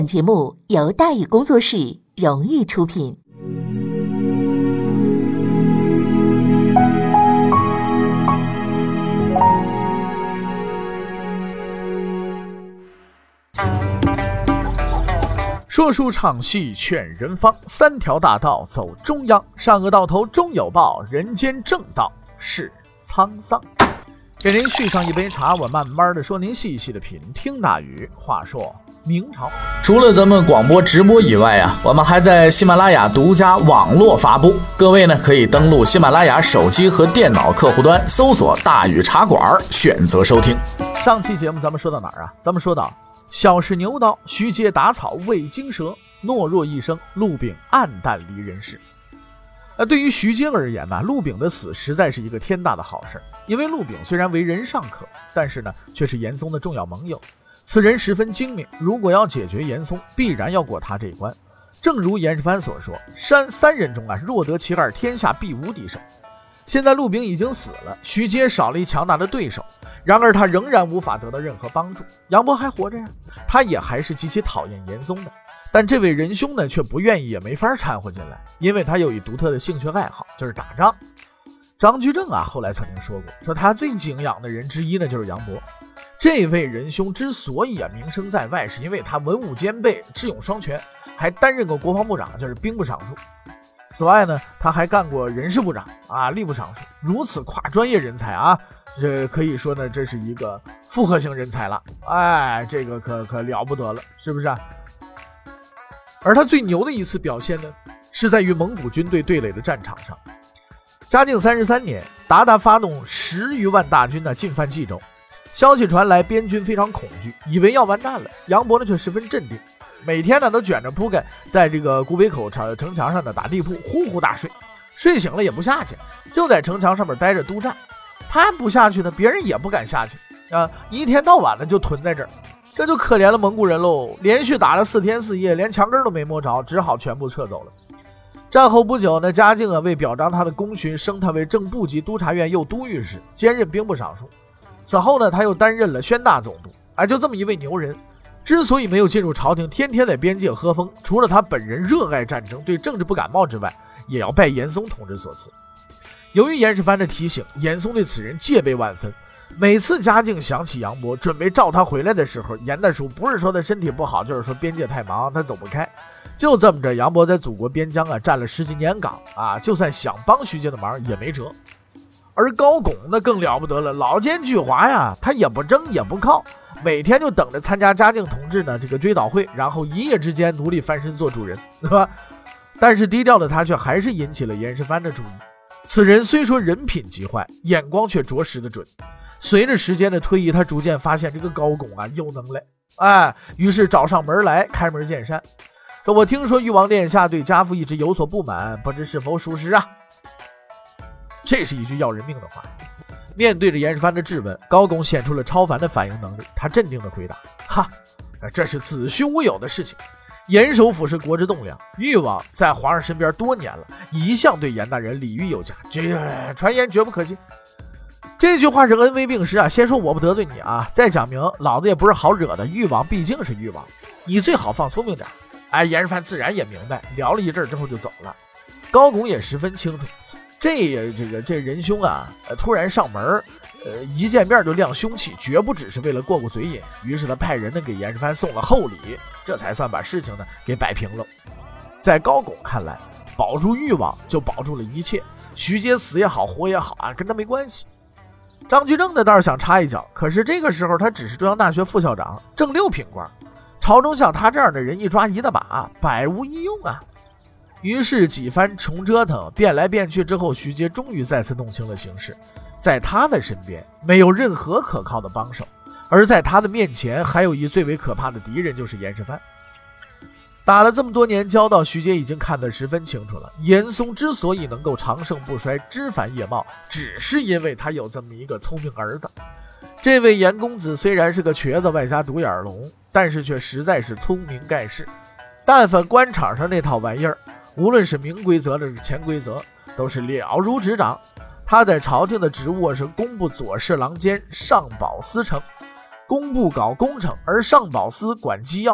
本节目由大宇工作室荣誉出品。 说书唱戏劝人方，三条大道走中央，善恶到头终有报，人间正道是沧桑。给您续上一杯茶，我慢慢的说，您细细的品。听大宇话说明朝， 除了咱们广播直播以外啊，我们还在喜马拉雅独家网络发布。各位呢可以登录喜马拉雅手机和电脑客户端，搜索大宇茶馆，选择收听。 上期节目咱们说到哪儿啊？咱们说到小试牛刀，徐阶打草未经蛇，懦弱一生，陆炳黯淡离人世。对于徐阶而言呢，陆炳的死实在是一个天大的好事，因为陆炳虽然为人尚可，但是呢却是严嵩的重要盟友。此人十分精明，如果要解决严嵩，必然要过他这一关。正如严世蕃所说，三人中啊，若得其二，天下必无敌手。现在陆炳已经死了，徐阶少了一强大的对手，然而他仍然无法得到任何帮助。杨博还活着呀，他也还是极其讨厌严嵩的，但这位仁兄呢却不愿意也没法掺和进来，因为他有一独特的兴趣爱好，就是打仗。张居正啊后来曾经说过，说他最敬仰的人之一呢就是杨博。这位仁兄之所以名声在外，是因为他文武兼备，智勇双全，还担任过国防部长，就是兵部尚书。此外呢，他还干过人事部长啊、吏部尚书，如此跨专业人才啊，这可以说呢，这是一个复合型人才了。哎，这个可了不得了，是不是啊？而他最牛的一次表现呢，是在与蒙古军队对垒的战场上。嘉靖33年，鞑靼发动10余万大军呢进犯冀州，消息传来，边军非常恐惧，以为要完蛋了。杨博呢却十分镇定，每天呢都卷着铺盖在这个古北口城墙上的打地铺，呼呼大睡，睡醒了也不下去，就在城墙上面待着督战。他不下去呢，别人也不敢下去啊，一天到晚的就屯在这儿，这就可怜了蒙古人喽。连续打了4天4夜，连墙根都没摸着，只好全部撤走了。战后不久呢，嘉靖为表彰他的功勋，升他为正部级督察院右都御史，兼任兵部尚书。此后呢，他又担任了宣大总督。就这么一位牛人，之所以没有进入朝廷，天天在边界喝风，除了他本人热爱战争，对政治不感冒之外，也要拜严嵩同志所赐。由于严世蕃的提醒，严嵩对此人戒备万分。每次嘉靖想起杨博，准备召他回来的时候，严大叔不是说他身体不好，就是说边界太忙，他走不开。就这么着，杨博在祖国边疆站了10几年岗就算想帮徐阶的忙也没辙。而高拱那更了不得了，老奸巨猾呀，他也不争也不靠，每天就等着参加嘉靖同志呢这个追悼会，然后一夜之间努力翻身做主人，对吧？但是低调的他却还是引起了严世蕃的注意。此人虽说人品极坏，眼光却着实的准。随着时间的推移，他逐渐发现这个高拱有能耐，于是找上门来，开门见山说：“我听说誉王殿下对家父一直有所不满，不知是否属实啊？”这是一句要人命的话。面对着严世蕃的质问，高拱显出了超凡的反应能力，他镇定的回答：“这是子虚乌有的事情。严首府是国之栋梁，誉王在皇上身边多年了，一向对严大人礼遇有加，这传言绝不可信。”这句话是恩威并施先说我不得罪你再讲明老子也不是好惹的，誉王毕竟是誉王，你最好放聪明点。严世蕃自然也明白，聊了一阵之后就走了。高拱也十分清楚，这仁兄突然上门，一见面就亮凶器，绝不只是为了过嘴瘾。于是他派人呢给严世蕃送了厚礼，这才算把事情呢给摆平了。在高拱看来，保住誉王就保住了一切，徐阶死也好活也好跟他没关系。张居正呢倒是想插一脚，可是这个时候他只是中央大学副校长，正6品官，朝中像他这样的人一抓一大把，百无一用于是几番重折腾，变来变去之后，徐阶终于再次弄清了形势。在他的身边没有任何可靠的帮手，而在他的面前还有一最为可怕的敌人，就是严世蕃。打了这么多年交道，徐阶已经看得十分清楚了。严嵩之所以能够长盛不衰、枝繁叶茂，只是因为他有这么一个聪明儿子。这位严公子虽然是个瘸子外加独眼龙，但是却实在是聪明盖世。但凡官场上那套玩意儿，无论是明规则的潜规则，都是了如指掌。他在朝廷的职务是工部左侍郎兼上保司丞，工部搞工程，而上保司管机要。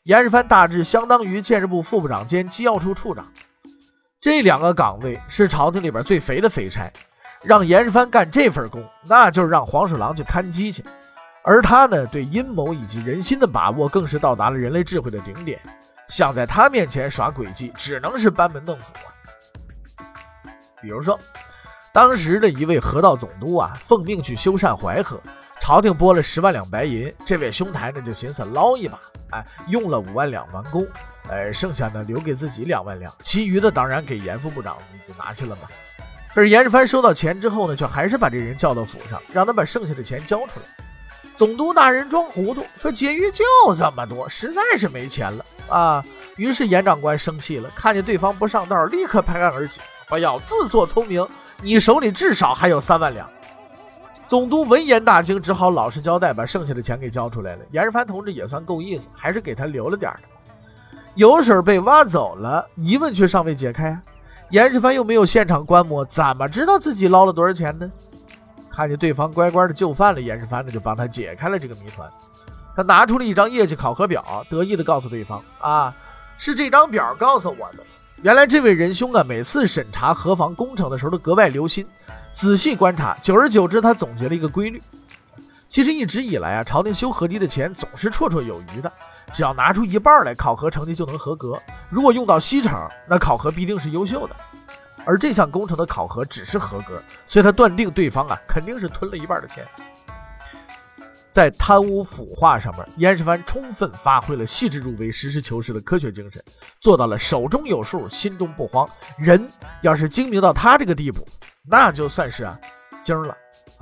严世蕃大致相当于建制部副部长兼机要处处长。这2个岗位是朝廷里边最肥的肥差，让严世蕃干这份工，那就是让黄鼠狼去看鸡去。而他呢，对阴谋以及人心的把握更是到达了人类智慧的顶点，想在他面前耍诡计，只能是班门弄斧啊。比如说当时的一位河道总督啊，奉命去修缮淮河，朝廷拨了10万两白银，这位兄台呢就寻思捞一把，用了5万两完工，剩下呢留给自己2万两，其余的当然给严副部长就拿去了嘛。可是严世蕃收到钱之后呢，却还是把这人叫到府上，让他把剩下的钱交出来。总督大人装糊涂，说结余就这么多，实在是没钱了啊。于是严长官生气了，看见对方不上道，立刻拍案而起，不要自作聪明，你手里至少还有3万两。总督闻言大惊，只好老实交代，把剩下的钱给交出来了。严世蕃同志也算够意思，还是给他留了点的。油水被挖走了，疑问却尚未解开，严世蕃又没有现场观摩，怎么知道自己捞了多少钱呢？看见对方乖乖的就范了，严世蕃呢就帮他解开了这个谜团。他拿出了一张业绩考核表，得意的告诉对方是这张表告诉我的。原来这位仁兄啊，每次审查河防工程的时候都格外留心，仔细观察，久而久之他总结了一个规律。其实一直以来朝廷修河堤的钱总是绰绰有余的，只要拿出一半来，考核成绩就能合格。如果用到西城，那考核必定是优秀的。而这项工程的考核只是合格，所以他断定对方肯定是吞了一半的钱。在贪污腐化上面，严世蕃充分发挥了细致入微、实事求是的科学精神，做到了手中有数，心中不慌。人要是精明到他这个地步，那就算是精了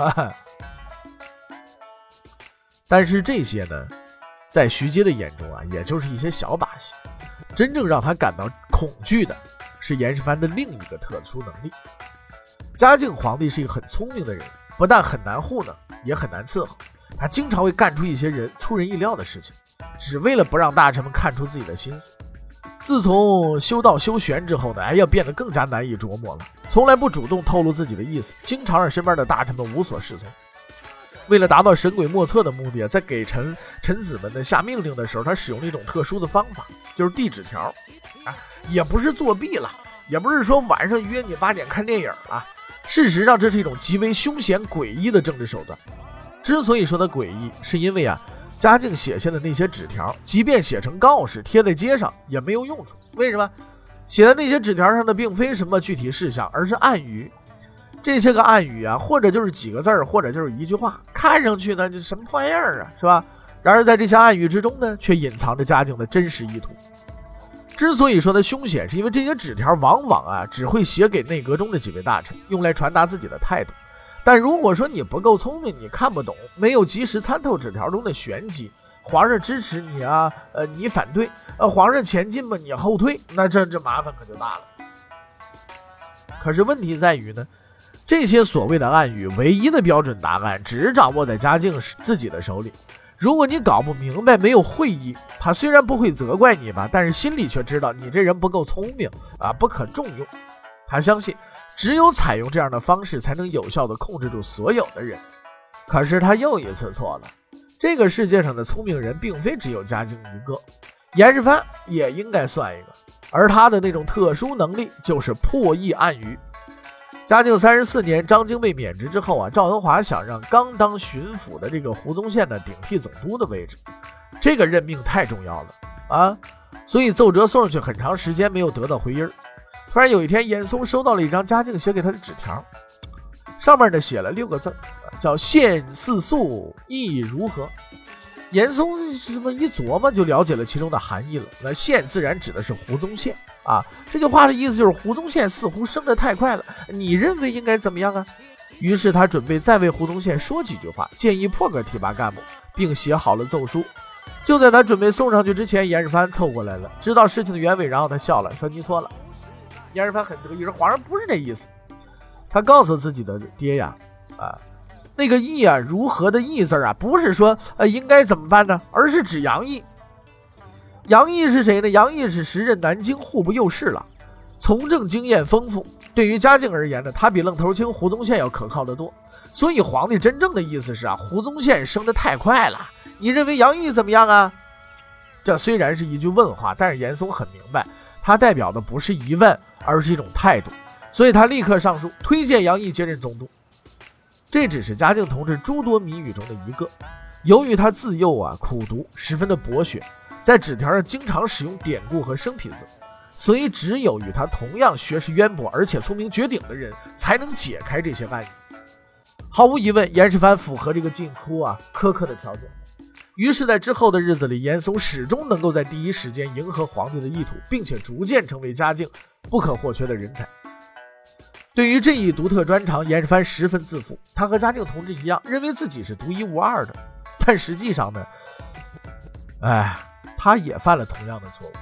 但是这些呢，在徐阶的眼中也就是一些小把戏。真正让他感到恐惧的是严世蕃的另一个特殊能力。嘉靖皇帝是一个很聪明的人，不但很难糊弄，也很难伺候。他经常会干出一些出人意料的事情，只为了不让大臣们看出自己的心思。自从修道修玄之后呢，变得更加难以琢磨了，从来不主动透露自己的意思，经常让身边的大臣们无所适从。为了达到神鬼莫测的目的，在给臣子们的下命令的时候，他使用了一种特殊的方法，就是递纸条也不是作弊了，也不是说晚上约你8点看电影了。事实上，这是一种极为凶险诡异的政治手段。之所以说它诡异，是因为嘉靖写下的那些纸条，即便写成告示贴在街上也没有用处。为什么？写在那些纸条上的并非什么具体事项，而是暗语。这些个暗语或者就是几个字，或者就是一句话，看上去呢就什么破玩意儿是吧？然而在这些暗语之中呢，却隐藏着嘉靖的真实意图。之所以说它凶险，是因为这些纸条往往只会写给内阁中的几位大臣，用来传达自己的态度。但如果说你不够聪明，你看不懂，没有及时参透纸条中的玄机，皇上支持你你反对，皇上前进嘛，你后退，那这麻烦可就大了。可是问题在于呢，这些所谓的暗语唯一的标准答案只掌握在嘉靖自己的手里。如果你搞不明白，没有会意，他虽然不会责怪你吧，但是心里却知道你这人不够聪明不可重用。他相信只有采用这样的方式，才能有效地控制住所有的人。可是他又一次错了，这个世界上的聪明人并非只有嘉靖一个，严世蕃也应该算一个。而他的那种特殊能力就是破译暗语。嘉靖34年，张经被免职之后赵文华想让刚当巡抚的这个胡宗宪呢顶替总督的位置，这个任命太重要了所以奏折送上去很长时间没有得到回音。突然有一天，严嵩收到了一张嘉靖写给他的纸条，上面呢写了6个字，叫宪四素意如何。严嵩这么一琢磨，就了解了其中的含义了。那宪自然指的是胡宗宪这句话的意思就是胡宗宪似乎升得太快了，你认为应该怎么样于是他准备再为胡宗宪说几句话，建议破格提拔干部，并写好了奏书。就在他准备送上去之前，严世蕃凑过来了，知道事情的原委，然后他笑了，说你错了。严世蕃很得意，说皇上不是这意思。他告诉自己的爹那个议如何的议字不是说应该怎么办呢，而是指杨毅。杨毅是谁呢？杨毅是时任南京户部右侍了，从政经验丰富。对于嘉靖而言呢，他比愣头青胡宗宪要可靠得多。所以皇帝真正的意思是胡宗宪升得太快了，你认为杨毅怎么样这虽然是一句问话，但是严嵩很明白，他代表的不是疑问，而是一种态度，所以他立刻上书推荐杨毅接任总督。这只是嘉靖同志诸多谜语中的一个。由于他自幼苦读，十分的博学，在纸条上经常使用典故和生僻字，所以只有与他同样学识渊博而且聪明绝顶的人才能解开这些暗语。毫无疑问，严世蕃符合这个近乎苛刻的条件。于是在之后的日子里，严嵩始终能够在第一时间迎合皇帝的意图，并且逐渐成为嘉靖不可或缺的人才。对于这一独特专长，严世蕃十分自负，他和嘉靖同志一样，认为自己是独一无二的。但实际上呢，他也犯了同样的错误。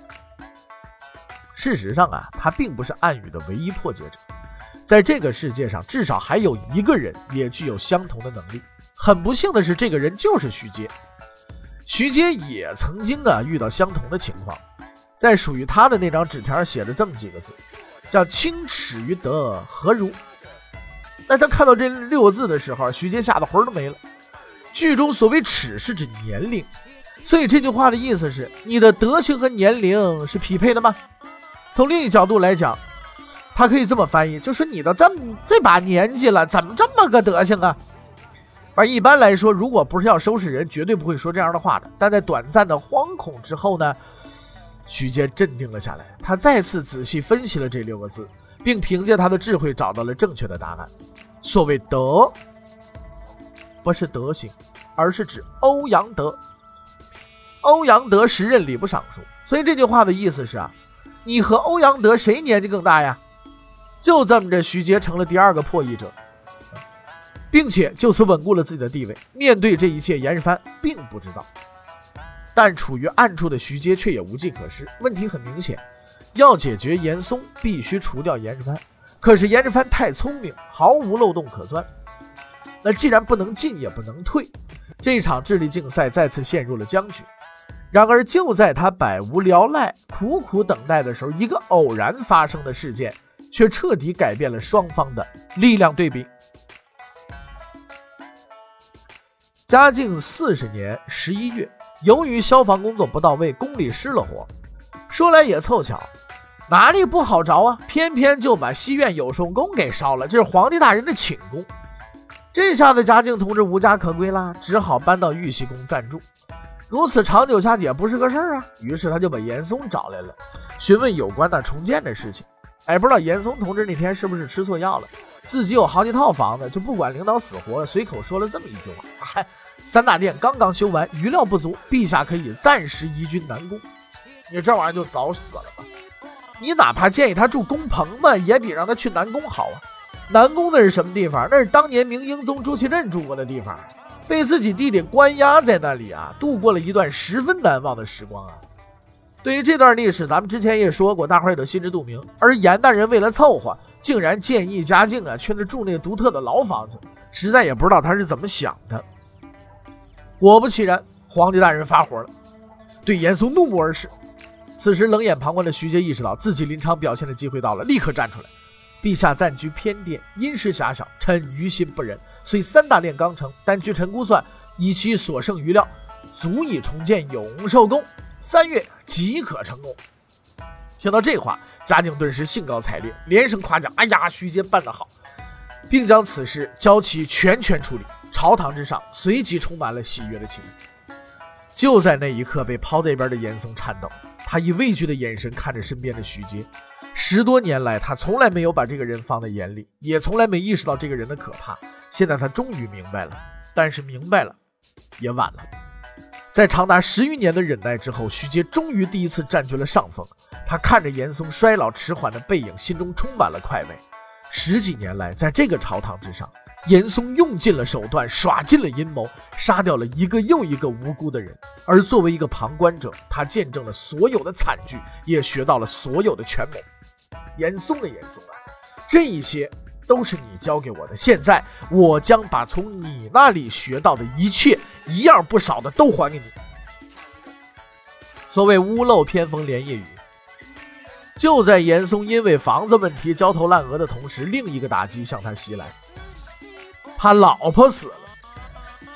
事实上他并不是暗语的唯一破解者，在这个世界上至少还有一个人也具有相同的能力。很不幸的是，这个人就是徐阶。徐阶也曾经遇到相同的情况，在属于他的那张纸条上写着这么几个字，叫青耻于德何如。那他看到这6个字的时候，徐阶吓得魂都没了。句中所谓耻是指年龄，所以这句话的意思是你的德行和年龄是匹配的吗？从另一角度来讲，他可以这么翻译，就说你的这把年纪了，怎么这么个德行啊？而一般来说，如果不是要收拾人，绝对不会说这样的话的。但在短暂的惶恐之后呢，徐阶镇定了下来，他再次仔细分析了这6个字，并凭借他的智慧找到了正确的答案。所谓德，不是德行，而是指欧阳德。欧阳德时任礼部尚书，所以这句话的意思是你和欧阳德谁年纪更大呀？就这么着，徐阶成了第2个破译者，并且就此稳固了自己的地位。面对这一切，严世蕃并不知道，但处于暗处的徐阶却也无计可施。问题很明显，要解决严嵩，必须除掉严世蕃。可是严世蕃太聪明，毫无漏洞可钻。那既然不能进也不能退，这场智力竞赛再次陷入了僵局。然而就在他百无聊赖苦苦等待的时候，一个偶然发生的事件却彻底改变了双方的力量对比。嘉靖40年11月，由于消防工作不到位，宫里失了火。说来也凑巧，哪里不好着偏偏就把西苑有寿宫给烧了，这是皇帝大人的寝宫。这下子嘉靖同志无家可归啦，只好搬到玉溪宫暂住。如此长久下去也不是个事儿于是他就把严嵩找来了，询问有关重建的事情。不知道严嵩同志那天是不是吃错药了，自己有好几套房子，就不管领导死活了，随口说了这么一句话：3大殿刚刚修完，余料不足，陛下可以暂时移居南宫。你这玩意儿就早死了吧？你哪怕建议他住宫棚嘛，也比让他去南宫好南宫那是什么地方？那是当年明英宗朱祁镇住过的地方，被自己弟弟关押在那里度过了一段十分难忘的时光对于这段历史，咱们之前也说过，大伙儿也都心知肚明。而严大人为了凑合，竟然建议嘉靖去那住那个独特的牢房子，实在也不知道他是怎么想的。果不其然，皇帝大人发火了，对严嵩怒目而视。此时冷眼旁观的徐阶意识到自己临场表现的机会到了，立刻站出来：陛下暂居偏殿，因事狭小，臣于心不忍。虽3大殿刚成，但据臣估算，以其所剩余料，足以重建永寿宫，3月即可成功。听到这话，嘉靖顿时兴高采烈，连声夸奖：徐阶办得好，并将此事交其全权处理。朝堂之上随即充满了喜悦的气氛。就在那一刻，被抛在一边的严嵩颤抖，他以畏惧的眼神看着身边的徐阶。10多年来，他从来没有把这个人放在眼里，也从来没意识到这个人的可怕。现在他终于明白了，但是明白了也晚了。在长达10余年的忍耐之后，徐阶终于第一次占据了上风。他看着严嵩衰老迟缓的背影，心中充满了快慰。10几年来，在这个朝堂之上，严嵩用尽了手段，耍尽了阴谋，杀掉了一个又一个无辜的人。而作为一个旁观者，他见证了所有的惨剧，也学到了所有的权谋。严嵩的严嵩这一些都是你教给我的，现在我将把从你那里学到的一切，一样不少的都还给你。所谓屋漏偏逢连夜雨，就在严嵩因为房子问题焦头烂额的同时，另一个打击向他袭来。他老婆死了。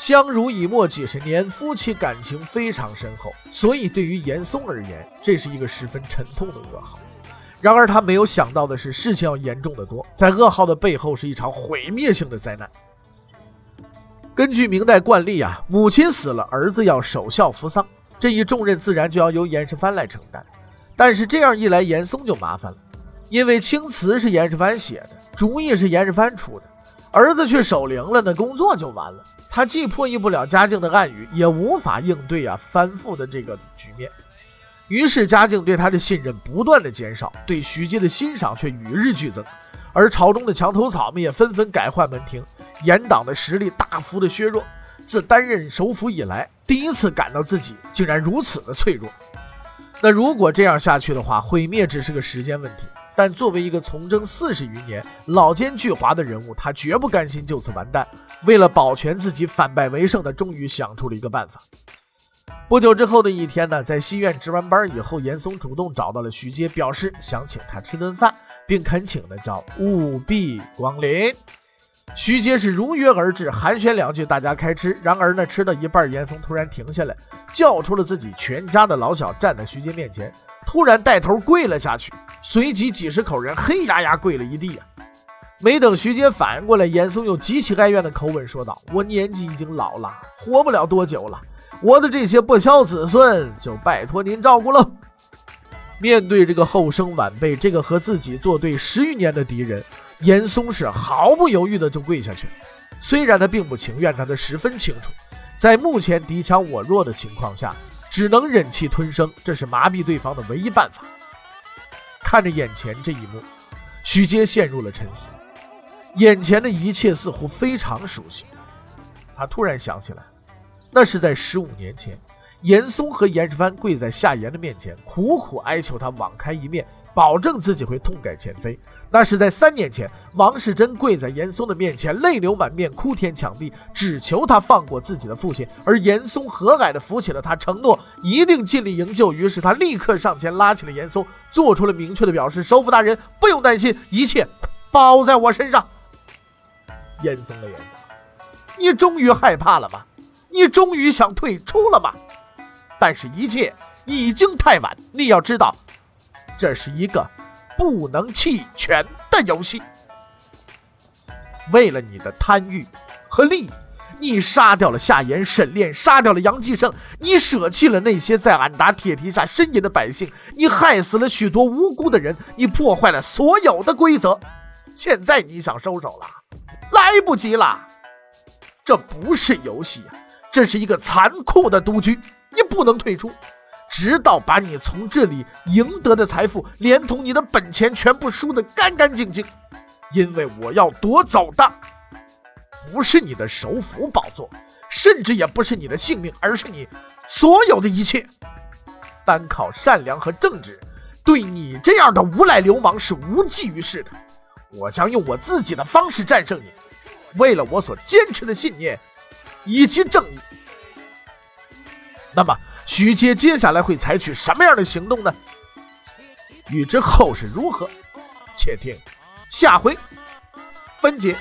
相濡以沫几十年，夫妻感情非常深厚，所以对于严嵩而言，这是一个十分沉痛的噩耗。然而他没有想到的是，事情要严重得多，在噩耗的背后是一场毁灭性的灾难。根据明代惯例啊，母亲死了，儿子要守孝扶丧，这一重任自然就要由严世蕃来承担。但是这样一来，严嵩就麻烦了，因为青词是严世蕃写的，主意是严世蕃出的，儿子却守灵了，那工作就完了。他既破译不了嘉靖的暗语，也无法应对翻覆的这个局面。于是嘉靖对他的信任不断的减少，对徐阶的欣赏却与日俱增，而朝中的墙头草们也纷纷改换门庭，严党的实力大幅的削弱。自担任首辅以来，第一次感到自己竟然如此的脆弱。那如果这样下去的话，毁灭只是个时间问题。但作为一个从政40余年、老奸巨猾的人物，他绝不甘心就此完蛋。为了保全自己反败为胜，他终于想出了一个办法。不久之后的一天呢，在西院值完班以后，严嵩主动找到了徐阶，表示想请他吃顿饭，并恳请的叫务必光临。徐阶是如约而至，寒暄2句，大家开吃。然而呢，吃到一半，严嵩突然停下来，叫出了自己全家的老小，站在徐阶面前，突然带头跪了下去，随即几十口人黑压压跪了一地啊！没等徐阶反应过来，严嵩用极其哀怨的口吻说道：“我年纪已经老了，活不了多久了，我的这些不孝子孙就拜托您照顾了。”面对这个后生晚辈，这个和自己作对10余年的敌人，严嵩是毫不犹豫的就跪下去了。虽然他并不情愿，但他十分清楚，在目前敌强我弱的情况下，只能忍气吞声，这是麻痹对方的唯一办法。看着眼前这一幕，徐阶陷入了沉思，眼前的一切似乎非常熟悉。他突然想起来，那是在15年前，严嵩和严世蕃跪在夏言的面前，苦苦哀求他网开一面，保证自己会痛改前非。那是在3年前，王世贞跪在严嵩的面前，泪流满面，哭天抢地，只求他放过自己的父亲，而严嵩和蔼地扶起了他，承诺一定尽力营救。于是他立刻上前拉起了严嵩，做出了明确的表示：“首辅大人不用担心，一切包在我身上。”严嵩的眼子，你终于害怕了吗？你终于想退出了吗？但是一切已经太晚，你要知道，这是一个不能弃权的游戏。为了你的贪欲和利益，你杀掉了夏言、沈炼，杀掉了杨继盛，你舍弃了那些在安达铁蹄下呻吟的百姓，你害死了许多无辜的人，你破坏了所有的规则。现在你想收手了，来不及了。这不是游戏啊，这是一个残酷的赌局，你不能退出，直到把你从这里赢得的财富连同你的本钱全部输得干干净净。因为我要夺走的不是你的首辅宝座，甚至也不是你的性命，而是你所有的一切。单靠善良和正直，对你这样的无赖流氓是无济于事的。我将用我自己的方式战胜你，为了我所坚持的信念以及正义。那么徐阶接下来会采取什么样的行动呢？欲知后事如何，且听下回分解。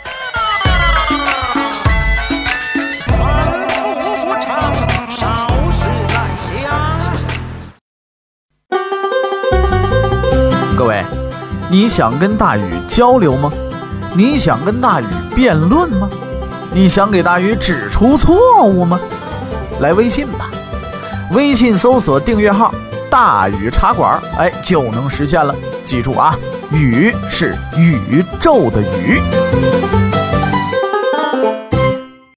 各位，你想跟大禹交流吗？你想跟大禹辩论吗？你想给大禹指出错误吗？来微信吧，微信搜索订阅号大禹茶馆，就能实现了。记住啊，禹是宇宙的宇。